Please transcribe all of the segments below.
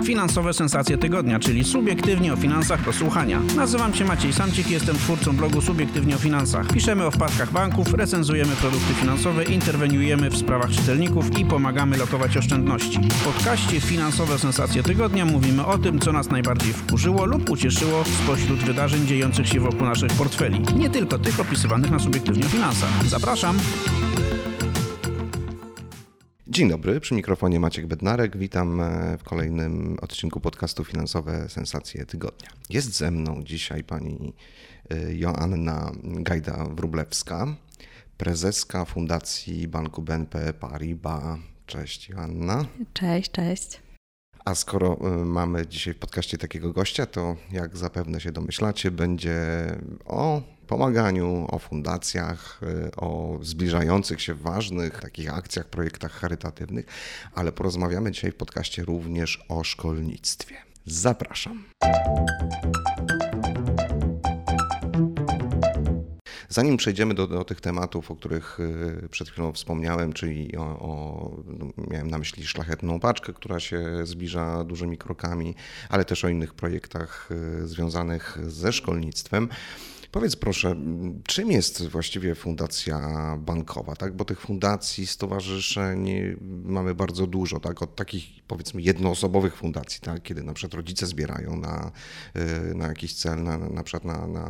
Finansowe sensacje tygodnia, czyli subiektywnie o finansach do słuchania. Nazywam się Maciej Samcik i jestem twórcą blogu Subiektywnie o finansach. Piszemy o wpadkach banków, recenzujemy produkty finansowe, interweniujemy w sprawach czytelników i pomagamy lokować oszczędności. W podcaście Finansowe sensacje tygodnia mówimy o tym, co nas najbardziej wkurzyło lub ucieszyło spośród wydarzeń dziejących się wokół naszych portfeli. Nie tylko tych opisywanych na Subiektywnie o finansach. Zapraszam! Dzień dobry, przy mikrofonie Maciek Bednarek. Witam w kolejnym odcinku podcastu Finansowe sensacje tygodnia. Jest ze mną dzisiaj pani Joanna Gajda-Wróblewska, prezeska Fundacji Banku BNP Paribas. Cześć Joanna. Cześć. A skoro mamy dzisiaj w podcaście takiego gościa, to jak zapewne się domyślacie, będzie o pomaganiu, o fundacjach, o zbliżających się ważnych takich akcjach, projektach charytatywnych, ale porozmawiamy dzisiaj w podcaście również o szkolnictwie. Zapraszam. Zanim przejdziemy do tych tematów, o których przed chwilą wspomniałem, czyli miałem na myśli szlachetną paczkę, która się zbliża dużymi krokami, ale też o innych projektach związanych ze szkolnictwem. Powiedz proszę, czym jest właściwie fundacja bankowa, tak? Bo tych fundacji, stowarzyszeń mamy bardzo dużo, tak? Od takich powiedzmy jednoosobowych fundacji, tak? Kiedy na przykład rodzice zbierają na jakiś cel, na przykład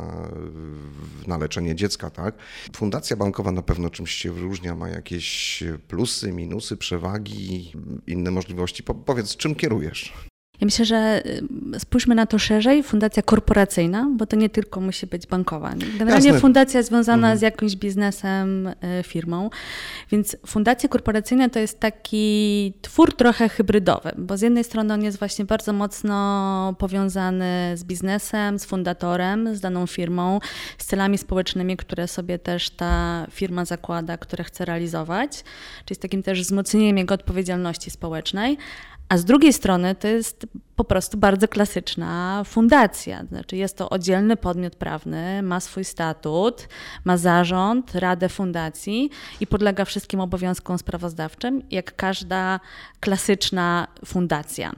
na leczenie dziecka, tak? Fundacja bankowa na pewno czymś się wyróżnia, ma jakieś plusy, minusy, przewagi, inne możliwości. Powiedz, czym kierujesz? Ja myślę, że spójrzmy na to szerzej. Fundacja korporacyjna, bo to nie tylko musi być bankowa. Generalnie Jasne. Fundacja związana z jakimś biznesem, firmą. Więc fundacje korporacyjne to jest taki twór trochę hybrydowy, bo z jednej strony on jest właśnie bardzo mocno powiązany z biznesem, z fundatorem, z daną firmą, z celami społecznymi, które sobie też ta firma zakłada, które chce realizować, czyli z takim też wzmocnieniem jego odpowiedzialności społecznej. A z drugiej strony to jest po prostu bardzo klasyczna fundacja. Znaczy jest to oddzielny podmiot prawny, ma swój statut, ma zarząd, radę fundacji i podlega wszystkim obowiązkom sprawozdawczym, jak każda klasyczna fundacja.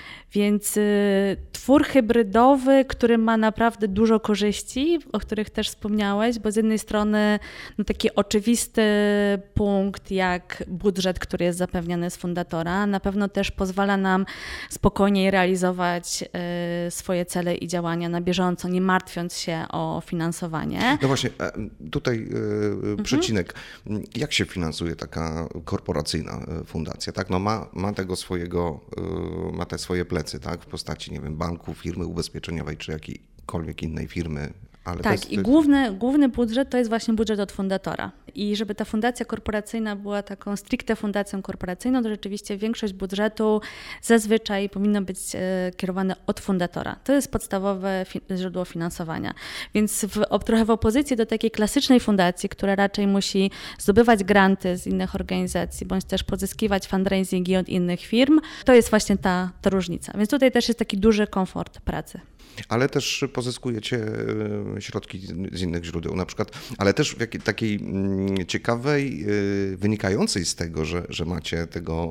Więc twór hybrydowy, który ma naprawdę dużo korzyści, o których też wspomniałeś, bo z jednej strony taki oczywisty punkt jak budżet, który jest zapewniany z fundatora, na pewno też pozwala nam spokojniej realizować swoje cele i działania na bieżąco, nie martwiąc się o finansowanie. No właśnie, tutaj przecinek. Jak się finansuje taka korporacyjna fundacja? Tak, no ma tego swojego, ma te swoje plecy, tak, w postaci, nie wiem, banku, firmy ubezpieczeniowej czy jakiejkolwiek innej firmy. Ale tak, i główny budżet to jest właśnie budżet od fundatora. I żeby ta fundacja korporacyjna była taką stricte fundacją korporacyjną, to rzeczywiście większość budżetu zazwyczaj powinno być kierowane od fundatora. To jest podstawowe źródło finansowania. Więc trochę w opozycji do takiej klasycznej fundacji, która raczej musi zdobywać granty z innych organizacji, bądź też pozyskiwać fundraisingi od innych firm, to jest właśnie ta różnica. Więc tutaj też jest taki duży komfort pracy. Ale też pozyskujecie środki z innych źródeł na przykład, ale też w takiej ciekawej, wynikającej z tego, że macie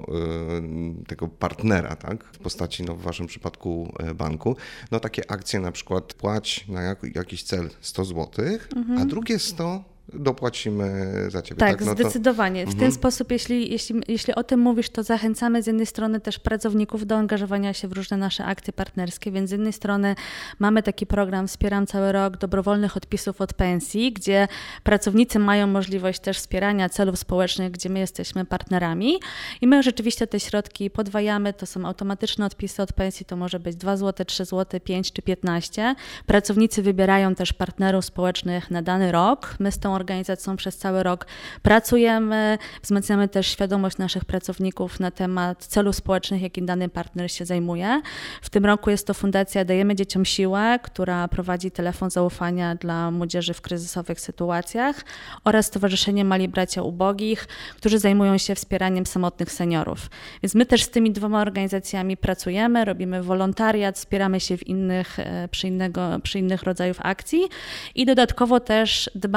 tego partnera, tak, w postaci, no w waszym przypadku banku, no takie akcje na przykład płać na jakiś cel 100 zł, a drugie 100 dopłacimy za ciebie. Tak, no zdecydowanie. W ten sposób, jeśli o tym mówisz, to zachęcamy z jednej strony też pracowników do angażowania się w różne nasze akcje partnerskie, więc z jednej strony mamy taki program Wspieram cały rok dobrowolnych odpisów od pensji, gdzie pracownicy mają możliwość też wspierania celów społecznych, gdzie my jesteśmy partnerami i my rzeczywiście te środki podwajamy, to są automatyczne odpisy od pensji, to może być 2 zł, 3 zł, 5 czy 15. Pracownicy wybierają też partnerów społecznych na dany rok. My z tą organizacją przez cały rok pracujemy, wzmacniamy też świadomość naszych pracowników na temat celów społecznych, jakim dany partner się zajmuje. W tym roku jest to Fundacja Dajemy Dzieciom Siłę, która prowadzi telefon zaufania dla młodzieży w kryzysowych sytuacjach oraz Stowarzyszenie Mali Bracia Ubogich, którzy zajmują się wspieraniem samotnych seniorów. Więc my też z tymi 2 organizacjami pracujemy, robimy wolontariat, wspieramy się przy innych rodzajach akcji i dodatkowo też dbamy o to,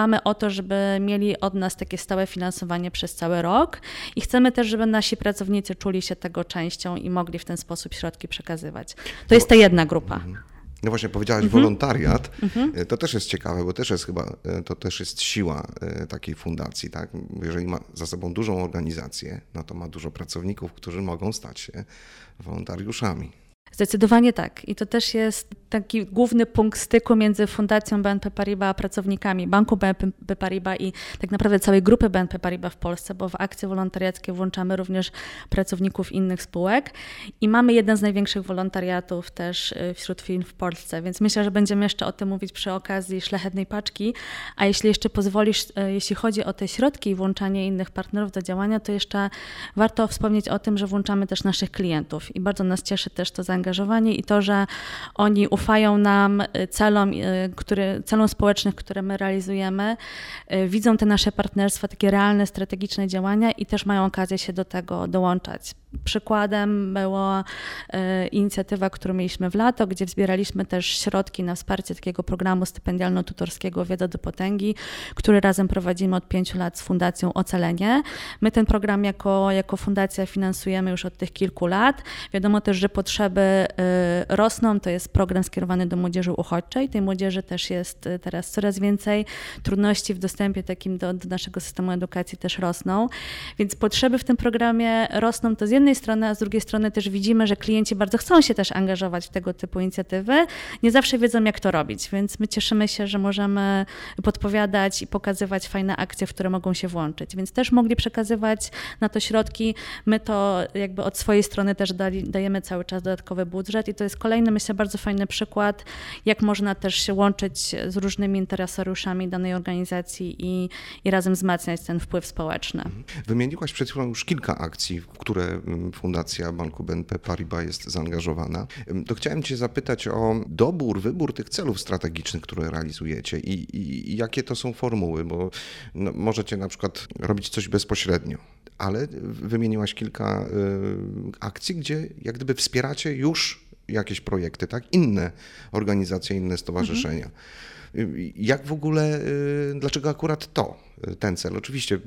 to, żeby mieli od nas takie stałe finansowanie przez cały rok i chcemy też, żeby nasi pracownicy czuli się tego częścią i mogli w ten sposób środki przekazywać. To jest ta jedna grupa. No właśnie, powiedziałaś wolontariat, to też jest ciekawe, bo też jest chyba, to też jest siła takiej fundacji, tak? Jeżeli ma za sobą dużą organizację, no to ma dużo pracowników, którzy mogą stać się wolontariuszami. Zdecydowanie tak. I to też jest taki główny punkt styku między Fundacją BNP Paribas a pracownikami Banku BNP Paribas i tak naprawdę całej grupy BNP Paribas w Polsce, bo w akcje wolontariackie włączamy również pracowników innych spółek i mamy jeden z największych wolontariatów też wśród firm w Polsce, więc myślę, że będziemy jeszcze o tym mówić przy okazji Szlachetnej Paczki, a jeśli jeszcze pozwolisz, jeśli chodzi o te środki i włączanie innych partnerów do działania, to jeszcze warto wspomnieć o tym, że włączamy też naszych klientów i bardzo nas cieszy też to zaangażowanie i to, że oni ufają nam, celom społecznym, które my realizujemy, widzą te nasze partnerstwa, takie realne, strategiczne działania i też mają okazję się do tego dołączać. Przykładem była inicjatywa, którą mieliśmy w lato, gdzie zbieraliśmy też środki na wsparcie takiego programu stypendialno-tutorskiego Wiedza do Potęgi, który razem prowadzimy od 5 lat z Fundacją Ocalenie. My ten program jako fundacja finansujemy już od tych kilku lat. Wiadomo też, że potrzeby rosną. To jest program skierowany do młodzieży uchodźczej. Tej młodzieży też jest teraz coraz więcej. Trudności w dostępie takim do naszego systemu edukacji też rosną. Więc potrzeby w tym programie rosną to z jednej strony, a z drugiej strony też widzimy, że klienci bardzo chcą się też angażować w tego typu inicjatywy. Nie zawsze wiedzą, jak to robić, więc my cieszymy się, że możemy podpowiadać i pokazywać fajne akcje, w które mogą się włączyć. Więc też mogli przekazywać na to środki. My to jakby od swojej strony też dajemy cały czas dodatkowy budżet i to jest kolejny, myślę, bardzo fajny przykład, jak można też się łączyć z różnymi interesariuszami danej organizacji i razem wzmacniać ten wpływ społeczny. Wymieniłaś przed chwilą już kilka akcji, w które Fundacja Banku BNP Paribas jest zaangażowana. To chciałem Cię zapytać o wybór tych celów strategicznych, które realizujecie i jakie to są formuły, bo możecie na przykład robić coś bezpośrednio, ale wymieniłaś kilka akcji, gdzie jak gdyby wspieracie już jakieś projekty, tak? Inne organizacje, inne stowarzyszenia. Jak w ogóle, dlaczego akurat ten cel? Oczywiście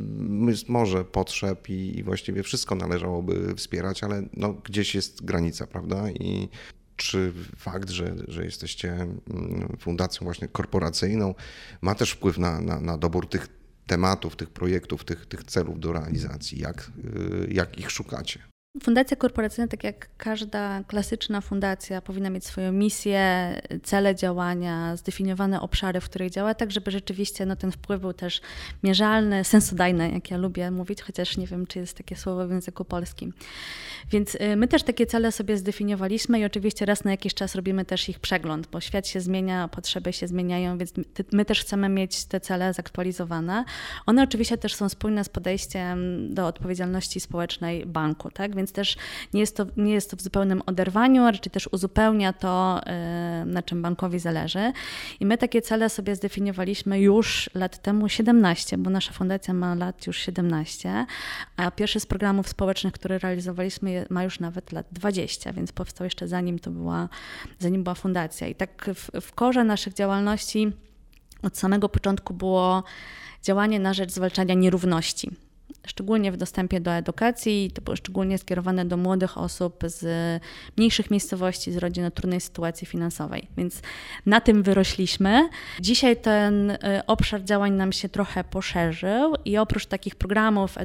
może potrzeb i właściwie wszystko należałoby wspierać, ale gdzieś jest granica, prawda? I czy fakt, że jesteście fundacją właśnie korporacyjną, ma też wpływ na dobór tych tematów, tych projektów, tych celów do realizacji? Jak ich szukacie? Fundacja korporacyjna, tak jak każda klasyczna fundacja, powinna mieć swoją misję, cele działania, zdefiniowane obszary, w których działa, tak żeby rzeczywiście ten wpływ był też mierzalny, sensodajny, jak ja lubię mówić, chociaż nie wiem, czy jest takie słowo w języku polskim. Więc my też takie cele sobie zdefiniowaliśmy i oczywiście raz na jakiś czas robimy też ich przegląd, bo świat się zmienia, potrzeby się zmieniają, więc my też chcemy mieć te cele zaktualizowane. One oczywiście też są spójne z podejściem do odpowiedzialności społecznej banku, tak? Więc też nie jest to w zupełnym oderwaniu, a raczej też uzupełnia to, na czym bankowi zależy. I my takie cele sobie zdefiniowaliśmy już lat temu 17, bo nasza fundacja ma lat już 17, a pierwszy z programów społecznych, który realizowaliśmy, ma już nawet lat 20, więc powstał jeszcze zanim była fundacja. I tak w korze naszych działalności od samego początku było działanie na rzecz zwalczania nierówności. Szczególnie w dostępie do edukacji, to było szczególnie skierowane do młodych osób z mniejszych miejscowości, z rodzin o trudnej sytuacji finansowej. Więc na tym wyrośliśmy. Dzisiaj ten obszar działań nam się trochę poszerzył i oprócz takich programów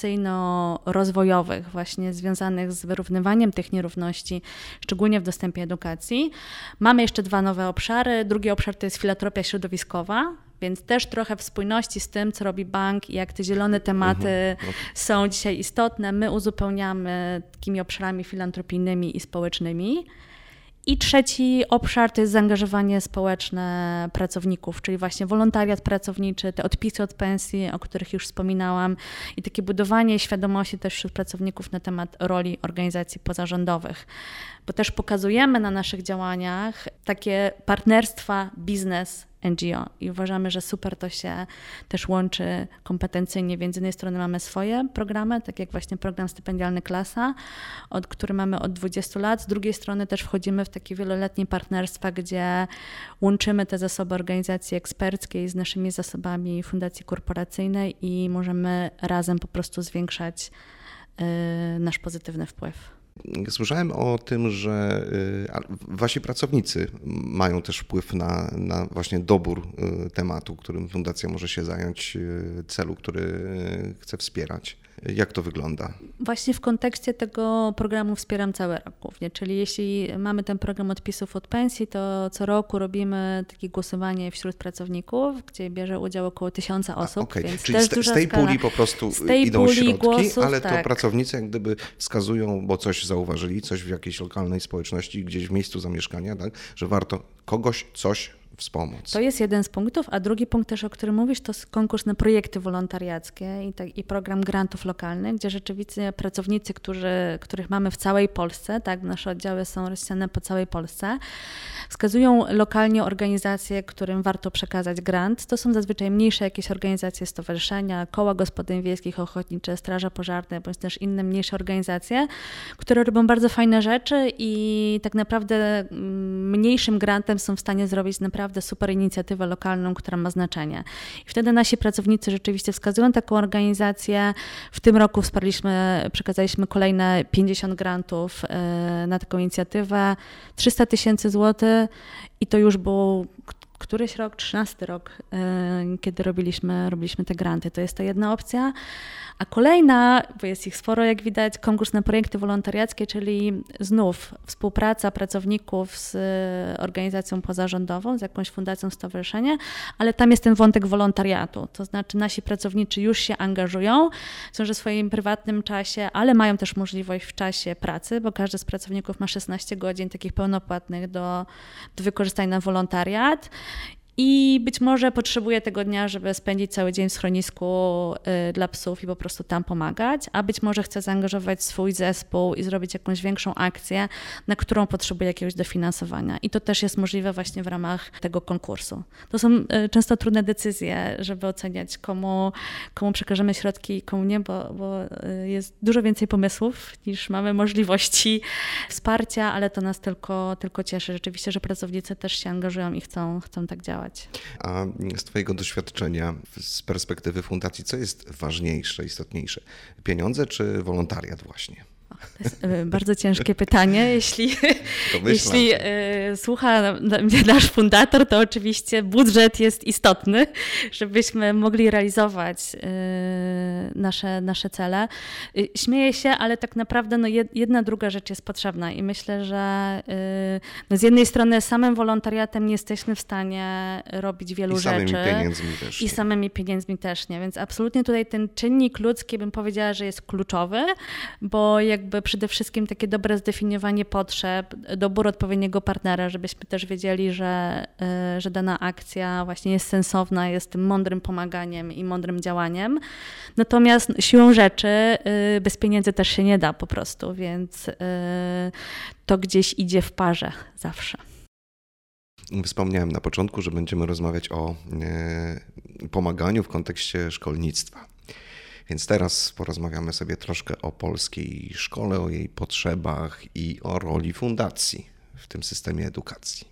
edukacyjno-rozwojowych właśnie związanych z wyrównywaniem tych nierówności, szczególnie w dostępie edukacji, mamy jeszcze 2 nowe obszary. Drugi obszar to jest filantropia środowiskowa, więc też trochę w spójności z tym, co robi bank i jak te zielone tematy są dzisiaj istotne. My uzupełniamy takimi obszarami filantropijnymi i społecznymi. I trzeci obszar to jest zaangażowanie społeczne pracowników, czyli właśnie wolontariat pracowniczy, te odpisy od pensji, o których już wspominałam i takie budowanie świadomości też wśród pracowników na temat roli organizacji pozarządowych. Bo też pokazujemy na naszych działaniach takie partnerstwa biznes NGO i uważamy, że super to się też łączy kompetencyjnie, więc z jednej strony mamy swoje programy, tak jak właśnie program stypendialny Klasa, który mamy od 20 lat, z drugiej strony też wchodzimy w takie wieloletnie partnerstwa, gdzie łączymy te zasoby organizacji eksperckiej z naszymi zasobami fundacji korporacyjnej i możemy razem po prostu zwiększać nasz pozytywny wpływ. Słyszałem o tym, że wasi pracownicy mają też wpływ na właśnie dobór tematu, którym fundacja może się zająć, celu, który chce wspierać. Jak to wygląda? Właśnie w kontekście tego programu Wspieram cały rok głównie, czyli jeśli mamy ten program odpisów od pensji, to co roku robimy takie głosowanie wśród pracowników, gdzie bierze udział około 1000 osób. Okay. Więc czyli też z tej puli po prostu idą środki, głosów, ale to pracownicy jak gdyby wskazują, bo coś zauważyli, coś w jakiejś lokalnej społeczności, gdzieś w miejscu zamieszkania, tak, że warto kogoś, coś wspomóc. To jest jeden z punktów, a drugi punkt też, o którym mówisz, to jest konkurs na projekty wolontariackie i program grantów lokalnych, gdzie rzeczywiście pracownicy, których mamy w całej Polsce, tak, nasze oddziały są rozsiane po całej Polsce, wskazują lokalnie organizacje, którym warto przekazać grant. To są zazwyczaj mniejsze jakieś organizacje, stowarzyszenia, koła gospodyń wiejskich, ochotnicze, straże pożarne, bądź też inne mniejsze organizacje, które robią bardzo fajne rzeczy i tak naprawdę mniejszym grantem są w stanie zrobić naprawdę super inicjatywę lokalną, która ma znaczenie. I wtedy nasi pracownicy rzeczywiście wskazują taką organizację. W tym roku przekazaliśmy kolejne 50 grantów na taką inicjatywę, 300 000 złotych i to już był któryś rok, 13 rok, kiedy robiliśmy te granty. To jest ta jedna opcja. A kolejna, bo jest ich sporo, jak widać, konkurs na projekty wolontariackie, czyli znów współpraca pracowników z organizacją pozarządową, z jakąś fundacją, stowarzyszeniem, ale tam jest ten wątek wolontariatu. To znaczy nasi pracownicy już się angażują, są w swoim prywatnym czasie, ale mają też możliwość w czasie pracy, bo każdy z pracowników ma 16 godzin takich pełnopłatnych do wykorzystania na wolontariat. I być może potrzebuje tego dnia, żeby spędzić cały dzień w schronisku dla psów i po prostu tam pomagać, a być może chce zaangażować swój zespół i zrobić jakąś większą akcję, na którą potrzebuje jakiegoś dofinansowania. I to też jest możliwe właśnie w ramach tego konkursu. To są często trudne decyzje, żeby oceniać, komu przekażemy środki i komu nie, bo jest dużo więcej pomysłów niż mamy możliwości wsparcia, ale to nas tylko cieszy rzeczywiście, że pracownicy też się angażują i chcą tak działać. A z twojego doświadczenia, z perspektywy fundacji, co jest ważniejsze, istotniejsze? Pieniądze czy wolontariat właśnie? To jest bardzo ciężkie pytanie. Jeśli słucha mnie nasz fundator, to oczywiście budżet jest istotny, żebyśmy mogli realizować nasze cele. Śmieję się, ale tak naprawdę jedna druga rzecz jest potrzebna i myślę, że z jednej strony samym wolontariatem nie jesteśmy w stanie robić wielu rzeczy. I samymi pieniędzmi też nie. Więc absolutnie tutaj ten czynnik ludzki, bym powiedziała, że jest kluczowy, bo jakby przede wszystkim takie dobre zdefiniowanie potrzeb, dobór odpowiedniego partnera, żebyśmy też wiedzieli, że dana akcja właśnie jest sensowna, jest tym mądrym pomaganiem i mądrym działaniem. Natomiast siłą rzeczy bez pieniędzy też się nie da po prostu, więc to gdzieś idzie w parze zawsze. Wspomniałem na początku, że będziemy rozmawiać o pomaganiu w kontekście szkolnictwa. Więc teraz porozmawiamy sobie troszkę o polskiej szkole, o jej potrzebach i o roli fundacji w tym systemie edukacji.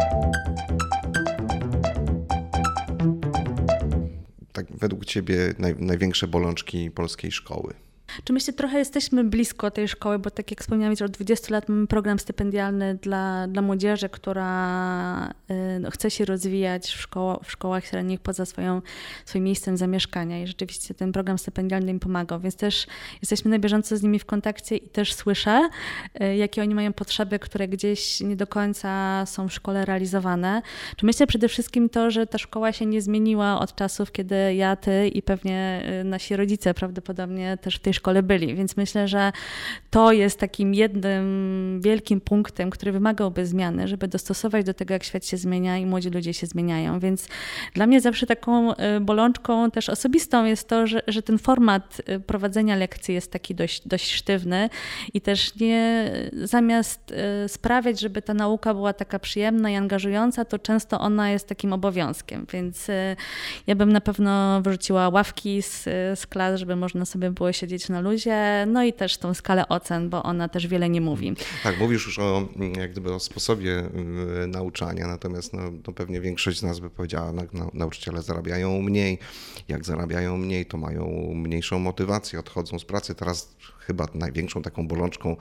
Tak według ciebie największe bolączki polskiej szkoły? Czy myślę, trochę jesteśmy blisko tej szkoły, bo tak jak wspomniałam, że od 20 lat mamy program stypendialny dla młodzieży, która chce się rozwijać w szkołach średnich poza swoim miejscem zamieszkania i rzeczywiście ten program stypendialny im pomagał, więc też jesteśmy na bieżąco z nimi w kontakcie i też słyszę, jakie oni mają potrzeby, które gdzieś nie do końca są w szkole realizowane. Czy myślę przede wszystkim to, że ta szkoła się nie zmieniła od czasów, kiedy ja, ty i pewnie nasi rodzice prawdopodobnie też w tej szkole szkole byli. Więc myślę, że to jest takim jednym wielkim punktem, który wymagałby zmiany, żeby dostosować do tego, jak świat się zmienia i młodzi ludzie się zmieniają. Więc dla mnie zawsze taką bolączką też osobistą jest to, że ten format prowadzenia lekcji jest taki dość sztywny i też nie zamiast sprawiać, żeby ta nauka była taka przyjemna i angażująca, to często ona jest takim obowiązkiem, więc ja bym na pewno wyrzuciła ławki z klas, żeby można sobie było siedzieć na luzie, no i też tą skalę ocen, bo ona też wiele nie mówi. Tak, mówisz już jak gdyby o sposobie nauczania, natomiast to pewnie większość z nas by powiedziała, nauczyciele zarabiają mniej, jak zarabiają mniej, to mają mniejszą motywację, odchodzą z pracy. Teraz chyba największą taką bolączką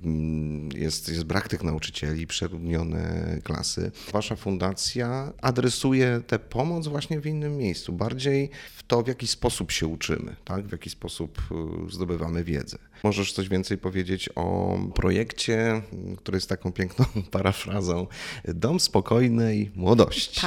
jest brak tych nauczycieli, przeludnione klasy. Wasza fundacja adresuje tę pomoc właśnie w innym miejscu, bardziej w to, w jaki sposób się uczymy, tak? W jaki sposób zdobywamy wiedzę. Możesz coś więcej powiedzieć o projekcie, który jest taką piękną parafrazą Dom Spokojnej Młodości.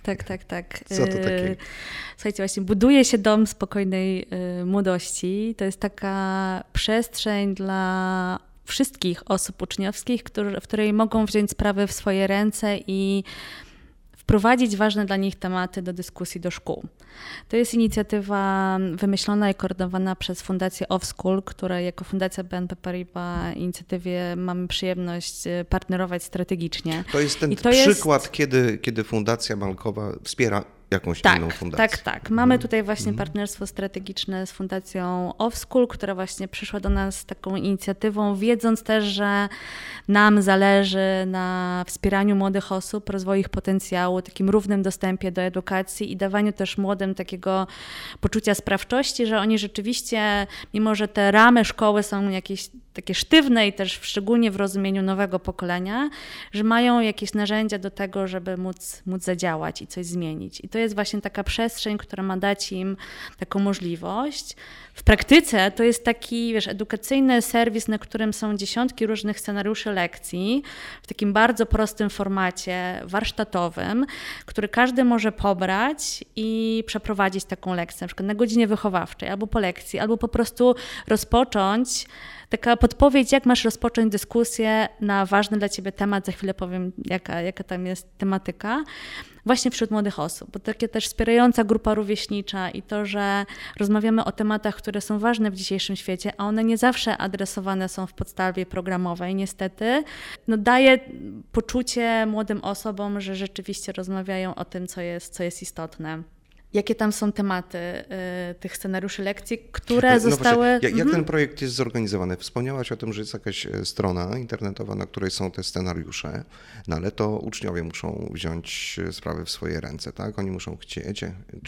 Tak. Co to takiego? Słuchajcie, właśnie buduje się Dom Spokojnej Młodości. To jest taka przestrzeń dla wszystkich osób uczniowskich, w której mogą wziąć sprawy w swoje ręce i wprowadzić ważne dla nich tematy do dyskusji do szkół. To jest inicjatywa wymyślona i koordynowana przez Fundację Offschool, która jako Fundacja BNP Paribas inicjatywie mamy przyjemność partnerować strategicznie. To jest ten przykład, kiedy Fundacja Bankowa wspiera jakąś inną fundację. Tak. Mamy tutaj właśnie partnerstwo strategiczne z Fundacją Offschool, która właśnie przyszła do nas z taką inicjatywą, wiedząc też, że nam zależy na wspieraniu młodych osób, rozwoju ich potencjału, takim równym dostępie do edukacji i dawaniu też młodym takiego poczucia sprawczości, że oni rzeczywiście, mimo że te ramy szkoły są jakieś takie sztywne i też szczególnie w rozumieniu nowego pokolenia, że mają jakieś narzędzia do tego, żeby móc zadziałać i coś zmienić. I to jest właśnie taka przestrzeń, która ma dać im taką możliwość. W praktyce to jest taki, edukacyjny serwis, na którym są dziesiątki różnych scenariuszy lekcji w takim bardzo prostym formacie warsztatowym, który każdy może pobrać i przeprowadzić taką lekcję, na przykład na godzinie wychowawczej, albo po lekcji, albo po prostu rozpocząć. Taka podpowiedź, jak masz rozpocząć dyskusję na ważny dla ciebie temat, za chwilę powiem, jaka tam jest tematyka, właśnie wśród młodych osób, bo takie też wspierająca grupa rówieśnicza i to, że rozmawiamy o tematach, które są ważne w dzisiejszym świecie, a one nie zawsze adresowane są w podstawie programowej, niestety, daje poczucie młodym osobom, że rzeczywiście rozmawiają o tym, co jest istotne. Jakie tam są tematy tych scenariuszy lekcji, które zostały... Właśnie, jak ten projekt jest zorganizowany? Wspomniałaś o tym, że jest jakaś strona internetowa, na której są te scenariusze, ale to uczniowie muszą wziąć sprawy w swoje ręce, tak? Oni muszą chcieć,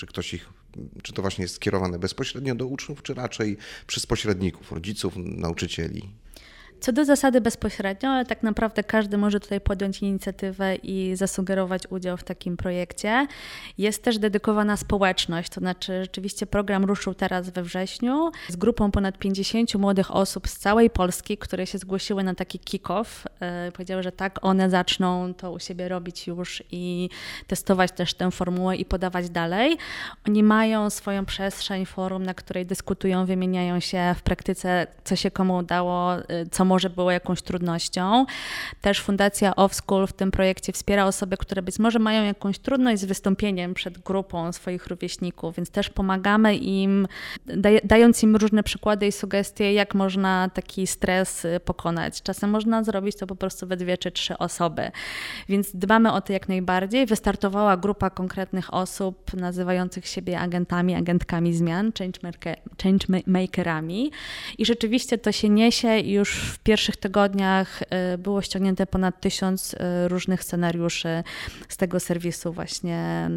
czy to właśnie jest skierowane bezpośrednio do uczniów, czy raczej przez pośredników, rodziców, nauczycieli? Co do zasady bezpośrednio, ale tak naprawdę każdy może tutaj podjąć inicjatywę i zasugerować udział w takim projekcie. Jest też dedykowana społeczność, to znaczy rzeczywiście program ruszył teraz we wrześniu z grupą ponad 50 młodych osób z całej Polski, które się zgłosiły na taki kick-off. Powiedziały, że tak, one zaczną to u siebie robić już i testować też tę formułę i podawać dalej. Oni mają swoją przestrzeń, forum, na której dyskutują, wymieniają się w praktyce, co się komu udało, co może było jakąś trudnością. Też Fundacja Offschool w tym projekcie wspiera osoby, które być może mają jakąś trudność z wystąpieniem przed grupą swoich rówieśników, więc też pomagamy im, dając im różne przykłady i sugestie, jak można taki stres pokonać. Czasem można zrobić to po prostu we 2 czy 3 osoby, więc dbamy o to jak najbardziej. Wystartowała grupa konkretnych osób nazywających siebie agentkami zmian, changemakerami i rzeczywiście to się niesie i już w pierwszych tygodniach było ściągnięte ponad 1000 różnych scenariuszy z tego serwisu właśnie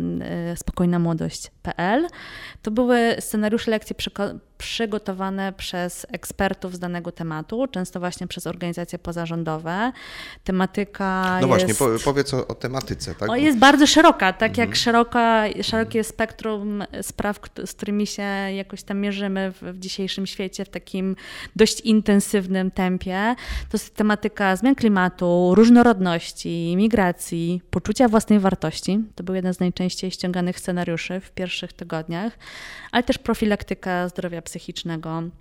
spokojnamłodość.pl. To były scenariusze lekcji przygotowane przez ekspertów z danego tematu, często właśnie przez organizacje pozarządowe. Tematyka właśnie, powiedz o tematyce. Tak? Jest bardzo szeroka, tak jak szerokie spektrum spraw, z którymi się jakoś tam mierzymy w dzisiejszym świecie w takim dość intensywnym tempie. To jest tematyka zmian klimatu, różnorodności, migracji, poczucia własnej wartości. To był jeden z najczęściej ściąganych scenariuszy w pierwszych tygodniach, ale też profilaktyka zdrowia psychicznego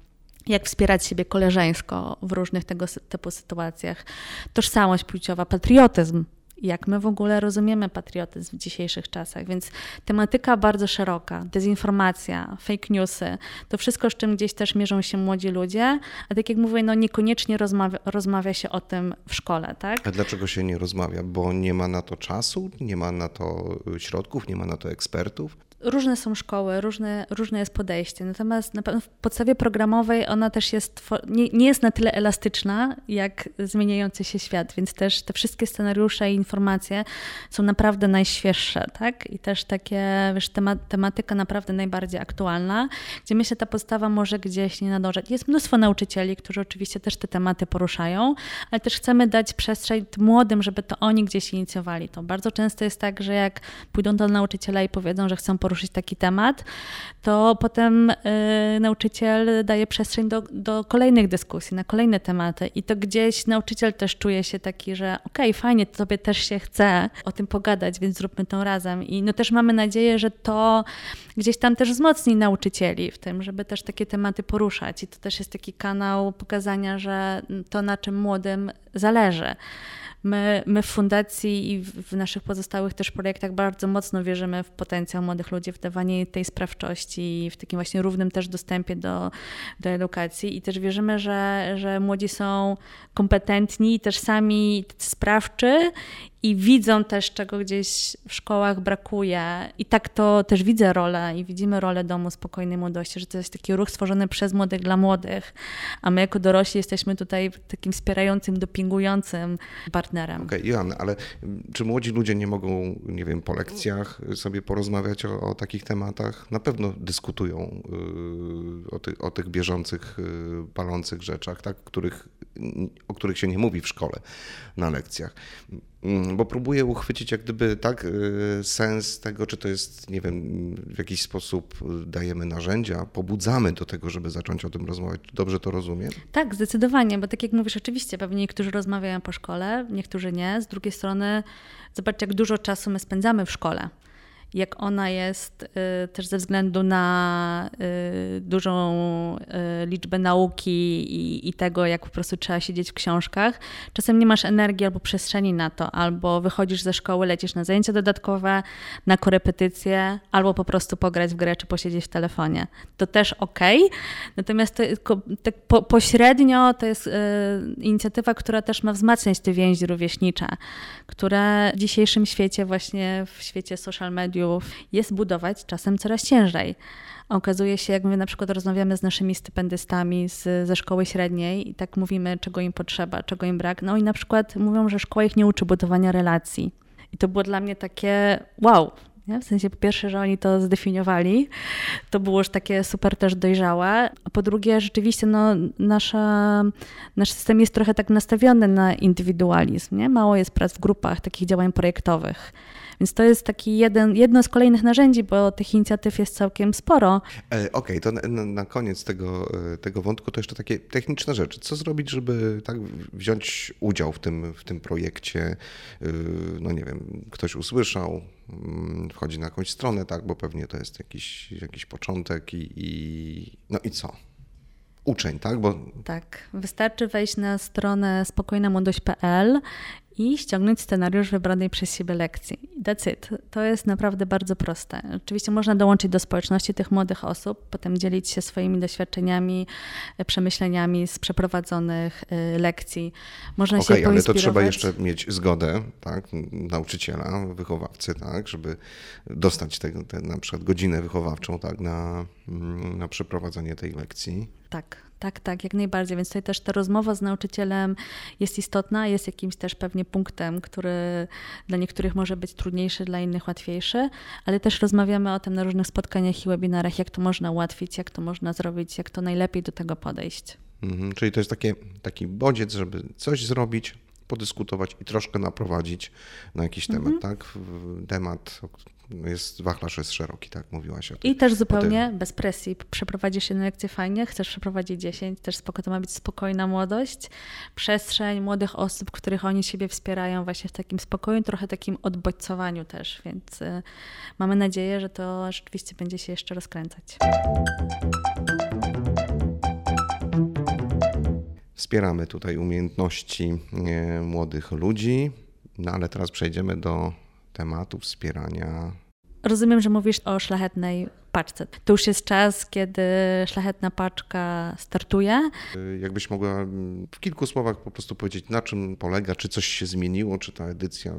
jak wspierać siebie koleżeńsko w różnych tego typu sytuacjach. Tożsamość płciowa, patriotyzm. Jak my w ogóle rozumiemy patriotyzm w dzisiejszych czasach, więc tematyka bardzo szeroka, dezinformacja, fake newsy, to wszystko, z czym gdzieś też mierzą się młodzi ludzie, a tak jak mówię, niekoniecznie rozmawia się o tym w szkole, tak? A dlaczego się nie rozmawia? Bo nie ma na to czasu, nie ma na to środków, nie ma na to ekspertów? Różne są szkoły, różne jest podejście, natomiast na pewno w podstawie programowej ona też nie jest na tyle elastyczna, jak zmieniający się świat, więc też te wszystkie scenariusze i informacje są naprawdę najświeższe, tak? I też takie, tematyka naprawdę najbardziej aktualna, gdzie myślę, ta podstawa może gdzieś nie nadążać. Jest mnóstwo nauczycieli, którzy oczywiście też te tematy poruszają, ale też chcemy dać przestrzeń młodym, żeby to oni gdzieś inicjowali to. Bardzo często jest tak, że jak pójdą do nauczyciela i powiedzą, że chcą poruszyć taki temat, to potem nauczyciel daje przestrzeń do kolejnych dyskusji, na kolejne tematy i to gdzieś nauczyciel też czuje się taki, że okej, fajnie, tobie też się chce o tym pogadać, więc zróbmy to razem. I też mamy nadzieję, że to gdzieś tam też wzmocni nauczycieli w tym, żeby też takie tematy poruszać i to też jest taki kanał pokazania, że to, na czym młodym zależy. My w fundacji i w naszych pozostałych też projektach bardzo mocno wierzymy w potencjał młodych ludzi, w dawanie tej sprawczości, w takim właśnie równym też dostępie do edukacji i też wierzymy, że młodzi są kompetentni i też sami sprawczy i widzą też, czego gdzieś w szkołach brakuje. I tak to też widzę rolę i widzimy rolę Domu Spokojnej Młodości, że to jest taki ruch stworzony przez młodych dla młodych, a my jako dorośli jesteśmy tutaj takim wspierającym, dopingującym partnerem. Okej, Joanna, ale czy młodzi ludzie nie mogą, nie wiem, po lekcjach sobie porozmawiać o takich tematach? Na pewno dyskutują o tych bieżących, palących rzeczach, tak? O których się nie mówi w szkole na lekcjach. Bo próbuję uchwycić jak gdyby tak sens tego, czy to jest, nie wiem, w jakiś sposób dajemy narzędzia, pobudzamy do tego, żeby zacząć o tym rozmawiać. Dobrze to rozumiem? Tak, zdecydowanie, bo tak jak mówisz, oczywiście pewnie niektórzy rozmawiają po szkole, niektórzy nie. Z drugiej strony zobacz, jak dużo czasu my spędzamy w szkole. Jak ona jest też ze względu na dużą liczbę nauki i tego, jak po prostu trzeba siedzieć w książkach. Czasem nie masz energii albo przestrzeni na to, albo wychodzisz ze szkoły, lecisz na zajęcia dodatkowe, na korepetycje, albo po prostu pograć w grę czy posiedzieć w telefonie. To też okej. Natomiast pośrednio to jest inicjatywa, która też ma wzmacniać te więzi rówieśnicze, które w dzisiejszym świecie, właśnie w świecie social mediów, jest budować czasem coraz ciężej. Okazuje się, jak my na przykład rozmawiamy z naszymi stypendystami ze szkoły średniej i tak mówimy, czego im potrzeba, czego im brak. No i na przykład mówią, że szkoła ich nie uczy budowania relacji. I to było dla mnie takie wow. Nie? W sensie po pierwsze, że oni to zdefiniowali, to było już takie super też dojrzałe, a po drugie rzeczywiście nasz system jest trochę tak nastawiony na indywidualizm, nie? Mało jest prac w grupach, takich działań projektowych. Więc to jest taki jedno z kolejnych narzędzi, bo tych inicjatyw jest całkiem sporo. Okej, to na koniec tego wątku to jeszcze takie techniczne rzeczy. Co zrobić, żeby tak wziąć udział w tym projekcie? No nie wiem, ktoś usłyszał, wchodzi na jakąś stronę, tak, bo pewnie to jest jakiś początek no i co? Uczeń, tak? Tak, wystarczy wejść na stronę spokojnamłodość.pl i ściągnąć scenariusz wybranej przez siebie lekcji. That's it. To jest naprawdę bardzo proste. Oczywiście można dołączyć do społeczności tych młodych osób, potem dzielić się swoimi doświadczeniami, przemyśleniami z przeprowadzonych lekcji. Można się poinspirować. Ale to trzeba jeszcze mieć zgodę, tak, nauczyciela, wychowawcy, tak, żeby dostać na przykład godzinę wychowawczą, tak, na przeprowadzenie tej lekcji. Tak, jak najbardziej. Więc tutaj też ta rozmowa z nauczycielem jest istotna, jest jakimś też pewnie punktem, który dla niektórych może być trudniejszy, dla innych łatwiejszy, ale też rozmawiamy o tym na różnych spotkaniach i webinarach, jak to można ułatwić, jak to można zrobić, jak to najlepiej do tego podejść. Czyli to jest taki bodziec, żeby coś zrobić, podyskutować i troszkę naprowadzić na jakiś temat, tak? Wachlarz jest szeroki, tak mówiłaś o tym. I też zupełnie bez presji. Przeprowadzisz jedną lekcję fajnie, chcesz przeprowadzić 10, też to ma być spokojna młodość, przestrzeń młodych osób, których oni siebie wspierają właśnie w takim spokoju, trochę takim odbodźcowaniu też, więc mamy nadzieję, że to rzeczywiście będzie się jeszcze rozkręcać. Wspieramy tutaj umiejętności młodych ludzi, no ale teraz przejdziemy do tematu wspierania. Rozumiem, że mówisz o Szlachetnej Paczce. To już jest czas, kiedy Szlachetna Paczka startuje. Jakbyś mogła w kilku słowach po prostu powiedzieć, na czym polega, czy coś się zmieniło, czy ta edycja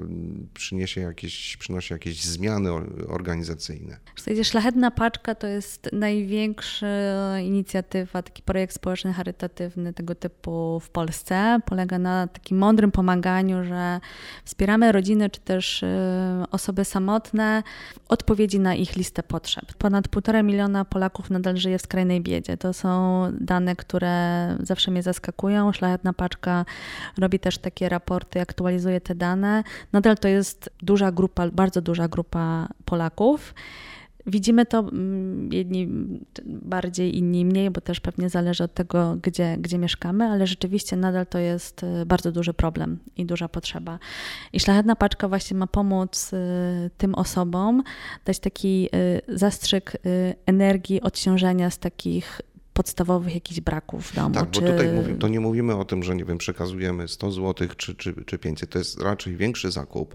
przynosi jakieś zmiany organizacyjne? Szlachetna Paczka to jest największa inicjatywa, taki projekt społeczny, charytatywny tego typu w Polsce. Polega na takim mądrym pomaganiu, że wspieramy rodziny, czy też osoby samotne w odpowiedzi na ich listę potrzeb. Ponad 1,5 miliona Polaków nadal żyje w skrajnej biedzie. To są dane, które zawsze mnie zaskakują. Szlachetna Paczka robi też takie raporty, aktualizuje te dane. Nadal to jest duża grupa, bardzo duża grupa Polaków. Widzimy to jedni bardziej, inni mniej, bo też pewnie zależy od tego, gdzie mieszkamy, ale rzeczywiście nadal to jest bardzo duży problem i duża potrzeba. I Szlachetna Paczka właśnie ma pomóc tym osobom, dać taki zastrzyk energii, odciążenia z takich podstawowych jakichś braków w domu. Tak, bo tutaj to nie mówimy o tym, że nie wiem, przekazujemy 100 zł czy 500. To jest raczej większy zakup.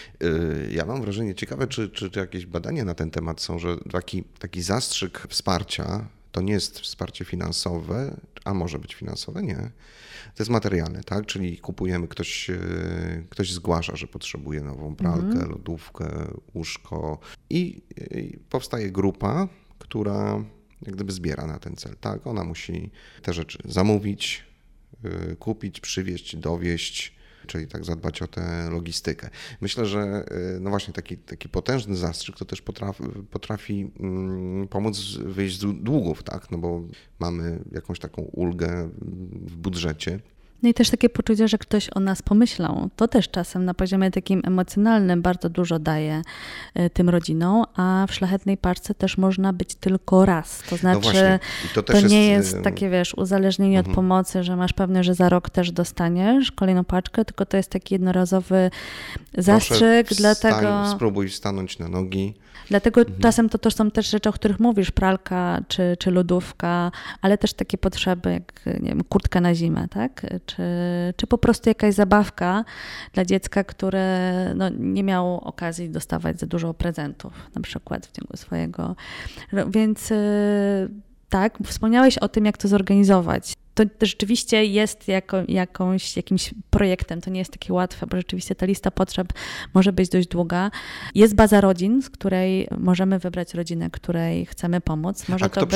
Ja mam wrażenie, ciekawe, czy jakieś badania na ten temat są, że taki zastrzyk wsparcia to nie jest wsparcie finansowe, a może być finansowe, nie. To jest materialne, tak? Czyli kupujemy, ktoś zgłasza, że potrzebuje nową pralkę, lodówkę, łóżko i powstaje grupa, która jak gdyby zbiera na ten cel, tak? Ona musi te rzeczy zamówić, kupić, przywieźć, dowieźć, czyli tak zadbać o tę logistykę. Myślę, że no właśnie taki potężny zastrzyk to też potrafi pomóc wyjść z długów, tak? No bo mamy jakąś taką ulgę w budżecie. No i też takie poczucie, że ktoś o nas pomyślał. To też czasem na poziomie takim emocjonalnym bardzo dużo daje tym rodzinom, a w Szlachetnej Paczce też można być tylko raz. To znaczy, no właśnie. To nie jest takie, uzależnienie od pomocy, że masz pewne, że za rok też dostaniesz kolejną paczkę, tylko to jest taki jednorazowy zastrzyk. Spróbuj stanąć na nogi. Dlatego czasem to są też rzeczy, o których mówisz, pralka czy lodówka, ale też takie potrzeby jak, nie wiem, kurtka na zimę, tak? Czy po prostu jakaś zabawka dla dziecka, które nie miało okazji dostawać za dużo prezentów, na przykład w ciągu swojego. Więc tak, wspomniałeś o tym, jak to zorganizować. To rzeczywiście jest jakimś projektem, to nie jest takie łatwe, bo rzeczywiście ta lista potrzeb może być dość długa. Jest baza rodzin, z której możemy wybrać rodzinę, której chcemy pomóc.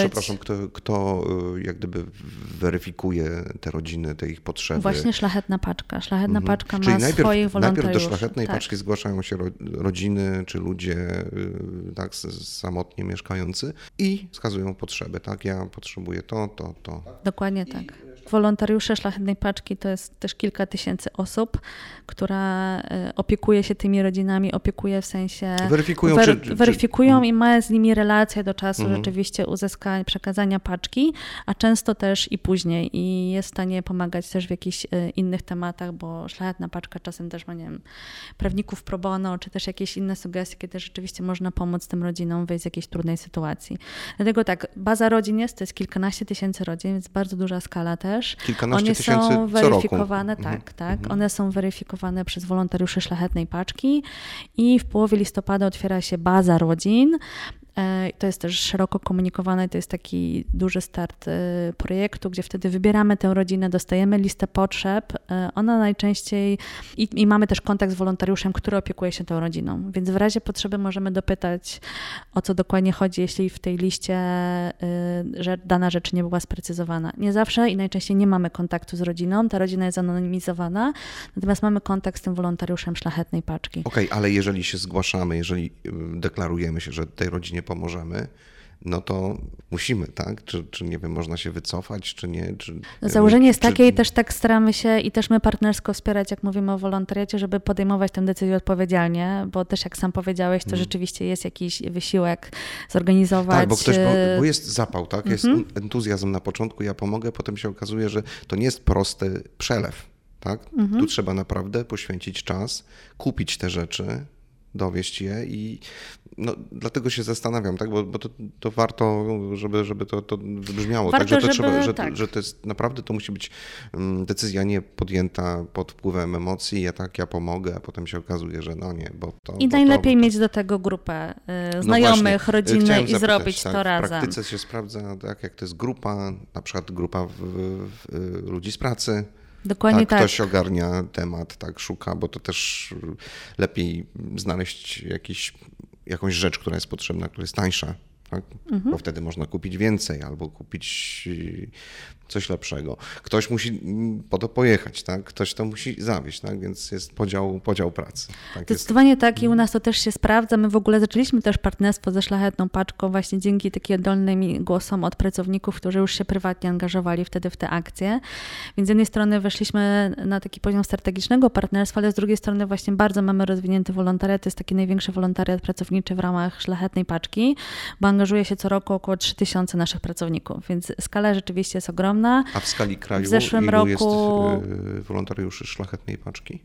Kto jak gdyby weryfikuje te rodziny, te ich potrzeby? Właśnie Szlachetna Paczka. Szlachetna Paczka ma swoich wolontariuszy. Najpierw do Szlachetnej Paczki zgłaszają się rodziny czy ludzie tak, samotnie mieszkający i wskazują potrzeby. Tak, ja potrzebuję to. Dokładnie tak. Wolontariusze Szlachetnej Paczki to jest też kilka tysięcy osób, która opiekuje się tymi rodzinami, opiekuje w sensie... Weryfikują i mają z nimi relacje do czasu rzeczywiście przekazania paczki, a często też i później i jest w stanie pomagać też w jakichś innych tematach, bo Szlachetna Paczka czasem też ma, nie wiem, prawników pro bono, czy też jakieś inne sugestie, kiedy rzeczywiście można pomóc tym rodzinom wyjść z jakiejś trudnej sytuacji. Dlatego tak, baza rodzin to jest kilkanaście tysięcy rodzin, więc bardzo duża skala też. Kilkanaście tysięcy są weryfikowane, tak. One są weryfikowane przez wolontariuszy Szlachetnej Paczki i w połowie listopada otwiera się baza rodzin. To jest też szeroko komunikowane, to jest taki duży start projektu, gdzie wtedy wybieramy tę rodzinę, dostajemy listę potrzeb. Ona najczęściej i mamy też kontakt z wolontariuszem, który opiekuje się tą rodziną, więc w razie potrzeby możemy dopytać, o co dokładnie chodzi, jeśli w tej liście dana rzecz nie była sprecyzowana. Nie zawsze i najczęściej nie mamy kontaktu z rodziną, ta rodzina jest anonimizowana, natomiast mamy kontakt z tym wolontariuszem Szlachetnej Paczki. Okej, ale jeżeli się zgłaszamy, jeżeli deklarujemy się, że tej rodzinie pomożemy, no to musimy, tak? Czy nie wiem, można się wycofać, czy nie? Założenie jest takie i też tak staramy się i też my partnersko wspierać, jak mówimy o wolontariacie, żeby podejmować tę decyzję odpowiedzialnie, bo też jak sam powiedziałeś, to rzeczywiście jest jakiś wysiłek zorganizować. Tak, bo jest zapał, tak? Jest entuzjazm na początku, ja pomogę, potem się okazuje, że to nie jest prosty przelew, tak? Tu trzeba naprawdę poświęcić czas, kupić te rzeczy, dowieść je i No, dlatego się zastanawiam, tak? Bo to warto, żeby to brzmiało. Warto, tak? Że tak. to jest naprawdę, to musi być decyzja nie podjęta pod wpływem emocji, ja pomogę, a potem się okazuje, że no nie, bo to... I najlepiej mieć do tego grupę znajomych, rodziny i zrobić to razem. W praktyce się sprawdza, tak, jak to jest grupa, na przykład grupa ludzi z pracy. Dokładnie tak. Ktoś ogarnia temat, tak, szuka, bo to też lepiej znaleźć jakąś rzecz, która jest potrzebna, która jest tańsza, tak? Bo wtedy można kupić więcej albo kupić coś lepszego. Ktoś musi po to pojechać, tak? Ktoś to musi zawieźć, tak? Więc jest podział pracy. Tak Zdecydowanie tak i u nas to też się sprawdza. My w ogóle zaczęliśmy też partnerstwo ze Szlachetną Paczką właśnie dzięki takim oddolnym głosom od pracowników, którzy już się prywatnie angażowali wtedy w te akcje. Więc z jednej strony weszliśmy na taki poziom strategicznego partnerstwa, ale z drugiej strony właśnie bardzo mamy rozwinięty wolontariat. To jest taki największy wolontariat pracowniczy w ramach Szlachetnej Paczki, bo angażuje się co roku około 3000 naszych pracowników, więc skala rzeczywiście jest ogromna. A w skali kraju w zeszłym roku jest wolontariuszy Szlachetnej Paczki?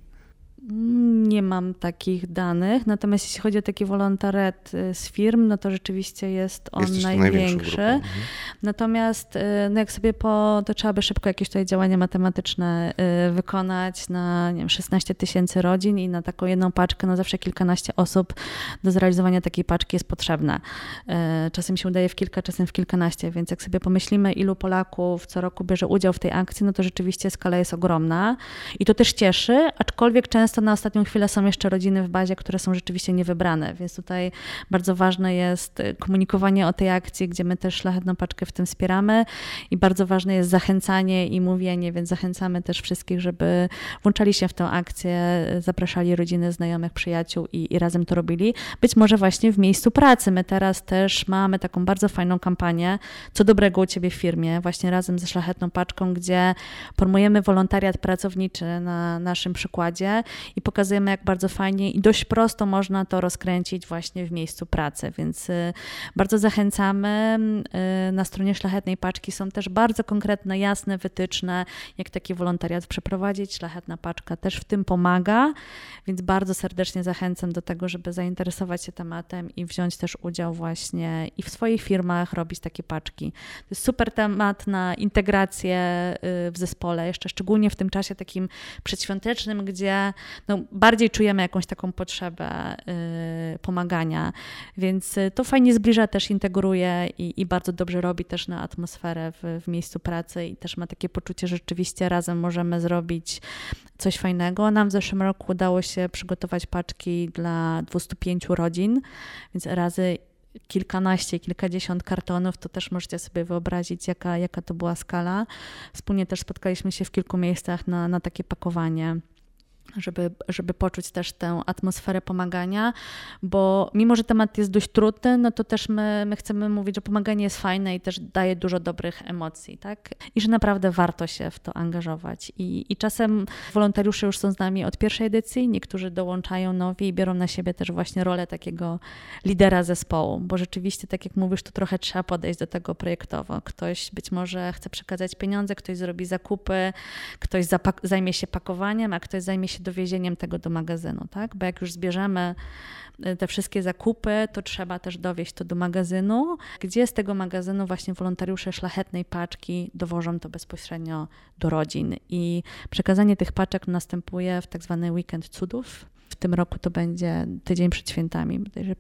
Nie mam takich danych, natomiast jeśli chodzi o taki wolontariat z firm, no to rzeczywiście jest on największy. Natomiast no jak sobie to trzeba by szybko jakieś tutaj działania matematyczne wykonać na, nie wiem, 16 000 rodzin i na taką jedną paczkę, no zawsze kilkanaście osób do zrealizowania takiej paczki jest potrzebne. Czasem się udaje w kilka, czasem w kilkanaście, więc jak sobie pomyślimy, ilu Polaków co roku bierze udział w tej akcji, no to rzeczywiście skala jest ogromna i to też cieszy, aczkolwiek często na ostatnią chwilę są jeszcze rodziny w bazie, które są rzeczywiście niewybrane, więc tutaj bardzo ważne jest komunikowanie o tej akcji, gdzie my też Szlachetną Paczkę w tym wspieramy i bardzo ważne jest zachęcanie i mówienie, więc zachęcamy też wszystkich, żeby włączali się w tę akcję, zapraszali rodziny, znajomych, przyjaciół i razem to robili. Być może właśnie w miejscu pracy. My teraz też mamy taką bardzo fajną kampanię Co dobrego u Ciebie w firmie, właśnie razem ze Szlachetną Paczką, gdzie promujemy wolontariat pracowniczy na naszym przykładzie i pokazujemy, jak bardzo fajnie i dość prosto można to rozkręcić właśnie w miejscu pracy, więc bardzo zachęcamy. Na stronie Szlachetnej Paczki są też bardzo konkretne, jasne wytyczne, jak taki wolontariat przeprowadzić. Szlachetna Paczka też w tym pomaga, więc bardzo serdecznie zachęcam do tego, żeby zainteresować się tematem i wziąć też udział właśnie i w swoich firmach robić takie paczki. To jest super temat na integrację w zespole, jeszcze szczególnie w tym czasie takim przedświątecznym, gdzie no, bardziej czujemy jakąś taką potrzebę pomagania, więc to fajnie zbliża, też integruje i bardzo dobrze robi też na atmosferę w miejscu pracy i też ma takie poczucie, że rzeczywiście razem możemy zrobić coś fajnego. Nam w zeszłym roku udało się przygotować paczki dla 205 rodzin, więc razy kilkanaście, kilkadziesiąt kartonów, to też możecie sobie wyobrazić, jaka to była skala. Wspólnie też spotkaliśmy się w kilku miejscach na takie pakowanie, żeby poczuć też tę atmosferę pomagania, bo mimo, że temat jest dość trudny, no to też my chcemy mówić, że pomaganie jest fajne i też daje dużo dobrych emocji, tak? I że naprawdę warto się w to angażować. I czasem wolontariusze już są z nami od pierwszej edycji, niektórzy dołączają nowi i biorą na siebie też właśnie rolę takiego lidera zespołu, bo rzeczywiście, tak jak mówisz, to trochę trzeba podejść do tego projektowo. Ktoś być może chce przekazać pieniądze, ktoś zrobi zakupy, ktoś zajmie się pakowaniem, a ktoś zajmie się dowiezieniem tego do magazynu, tak? Bo jak już zbierzemy te wszystkie zakupy, to trzeba też dowieźć to do magazynu, gdzie z tego magazynu właśnie wolontariusze Szlachetnej Paczki dowożą to bezpośrednio do rodzin i przekazanie tych paczek następuje w tak zwany weekend cudów. W tym roku to będzie tydzień przed świętami, bodajże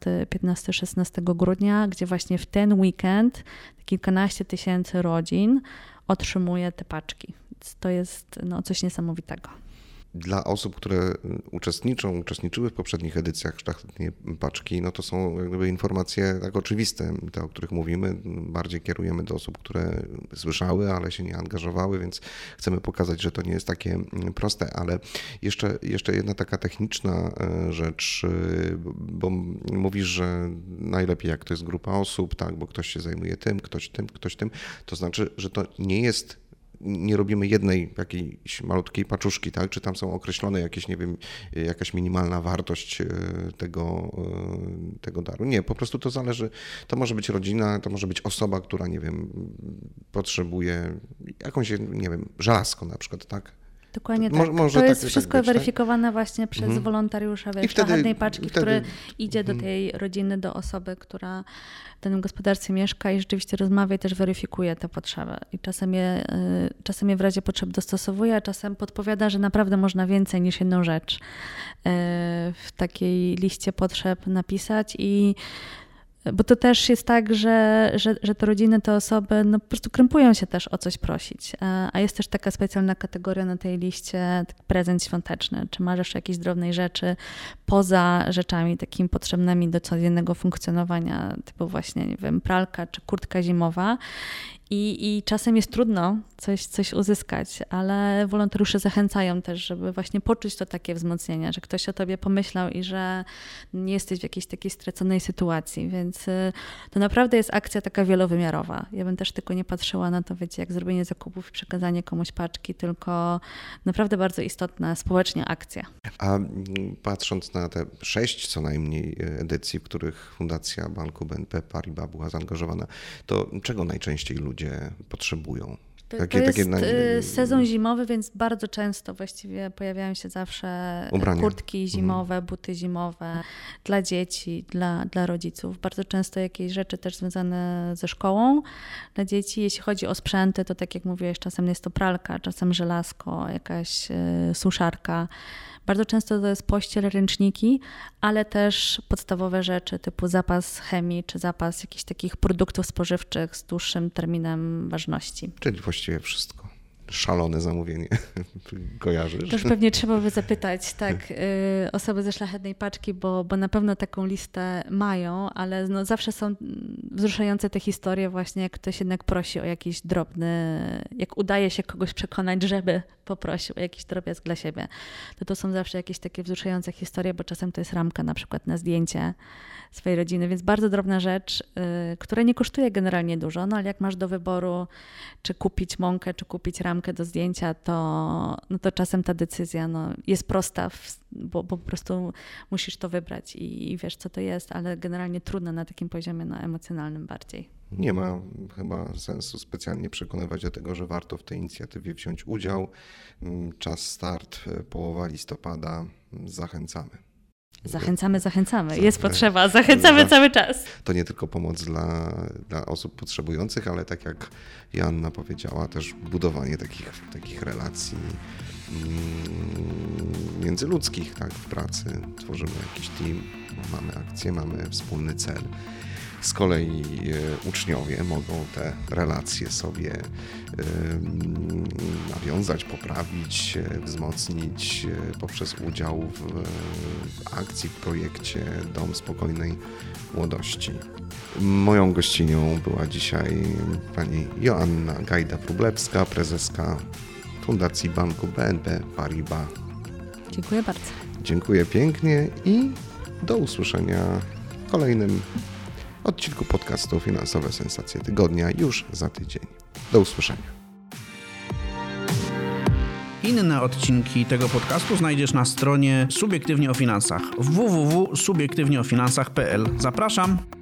15-16 grudnia, gdzie właśnie w ten weekend kilkanaście tysięcy rodzin otrzymuje te paczki. Więc to jest coś niesamowitego. Dla osób, które uczestniczyły w poprzednich edycjach Szlachetnej Paczki, no to są jakby informacje tak oczywiste, te, o których mówimy. Bardziej kierujemy do osób, które słyszały, ale się nie angażowały, więc chcemy pokazać, że to nie jest takie proste. Ale jeszcze jedna taka techniczna rzecz, bo mówisz, że najlepiej jak to jest grupa osób, tak, bo ktoś się zajmuje tym, ktoś tym. To znaczy, że to nie robimy jednej jakiejś malutkiej paczuszki, tak? Czy tam są określone jakieś, nie wiem, jakaś minimalna wartość tego daru. Nie, po prostu to zależy, to może być rodzina, to może być osoba, która, nie wiem, potrzebuje jakąś, nie wiem, żelazko na przykład, tak? Dokładnie tak. To jest wszystko weryfikowane właśnie przez wolontariusza Szlachetnej Paczki, który idzie do tej rodziny, do osoby, która w danym gospodarstwie mieszka i rzeczywiście rozmawia i też weryfikuje te potrzeby. I czasem je w razie potrzeb dostosowuje, a czasem podpowiada, że naprawdę można więcej niż jedną rzecz w takiej liście potrzeb napisać bo to też jest tak, że te rodziny, te osoby po prostu krępują się też o coś prosić. A jest też taka specjalna kategoria na tej liście, prezent świąteczny. Czy masz jeszcze jakieś drobnej rzeczy poza rzeczami takimi potrzebnymi do codziennego funkcjonowania, typu właśnie, nie wiem, pralka czy kurtka zimowa. I czasem jest trudno coś uzyskać, ale wolontariusze zachęcają też, żeby właśnie poczuć to takie wzmocnienie, że ktoś o tobie pomyślał i że nie jesteś w jakiejś takiej straconej sytuacji, więc to naprawdę jest akcja taka wielowymiarowa. Ja bym też tylko nie patrzyła na to, wiecie, jak zrobienie zakupów i przekazanie komuś paczki, tylko naprawdę bardzo istotna społecznie akcja. A patrząc na te 6 co najmniej edycji, w których Fundacja Banku BNP Paribas była zaangażowana, to czego najczęściej ludzie potrzebują? To jest sezon zimowy, więc bardzo często właściwie pojawiają się zawsze ubrania. Kurtki zimowe, buty zimowe dla dzieci, dla rodziców. Bardzo często jakieś rzeczy też związane ze szkołą dla dzieci. Jeśli chodzi o sprzęty, to tak jak mówiłeś, czasem jest to pralka, czasem żelazko, jakaś suszarka. Bardzo często to jest pościel, ręczniki, ale też podstawowe rzeczy typu zapas chemii czy zapas jakichś takich produktów spożywczych z dłuższym terminem ważności. Czyli właściwie wszystko. Szalone zamówienie. Kojarzysz? To już pewnie trzeba by zapytać osoby ze Szlachetnej Paczki, bo na pewno taką listę mają, ale zawsze są wzruszające te historie właśnie, jak ktoś jednak prosi o jakiś drobny, jak udaje się kogoś przekonać, żeby poprosił o jakiś drobiazg dla siebie. To są zawsze jakieś takie wzruszające historie, bo czasem to jest ramka na przykład na zdjęcie swojej rodziny, więc bardzo drobna rzecz, która nie kosztuje generalnie dużo, ale jak masz do wyboru, czy kupić mąkę, czy kupić ramkę do zdjęcia, to czasem ta decyzja jest prosta, bo po prostu musisz to wybrać i wiesz, co to jest, ale generalnie trudno na takim poziomie emocjonalnym bardziej. Nie ma chyba sensu specjalnie przekonywać do tego, że warto w tej inicjatywie wziąć udział. Czas start, połowa listopada. Zachęcamy. Zachęcamy. Jest potrzeba, zachęcamy cały czas. To nie tylko pomoc dla osób potrzebujących, ale tak jak Joanna powiedziała, też budowanie takich relacji międzyludzkich, tak, w pracy. Tworzymy jakiś team, mamy akcję, mamy wspólny cel. Z kolei uczniowie mogą te relacje sobie nawiązać, poprawić, wzmocnić poprzez udział w akcji, w projekcie Dom Spokojnej Młodości. Moją gościnią była dzisiaj pani Joanna Gajda-Wróblewska, prezeska Fundacji Banku BNP Paribas. Dziękuję bardzo. Dziękuję pięknie i do usłyszenia w kolejnym odcinku podcastu Finansowe Sensacje Tygodnia już za tydzień. Do usłyszenia. Inne odcinki tego podcastu znajdziesz na stronie Subiektywnie o Finansach www.subiektywnieofinansach.pl. Zapraszam!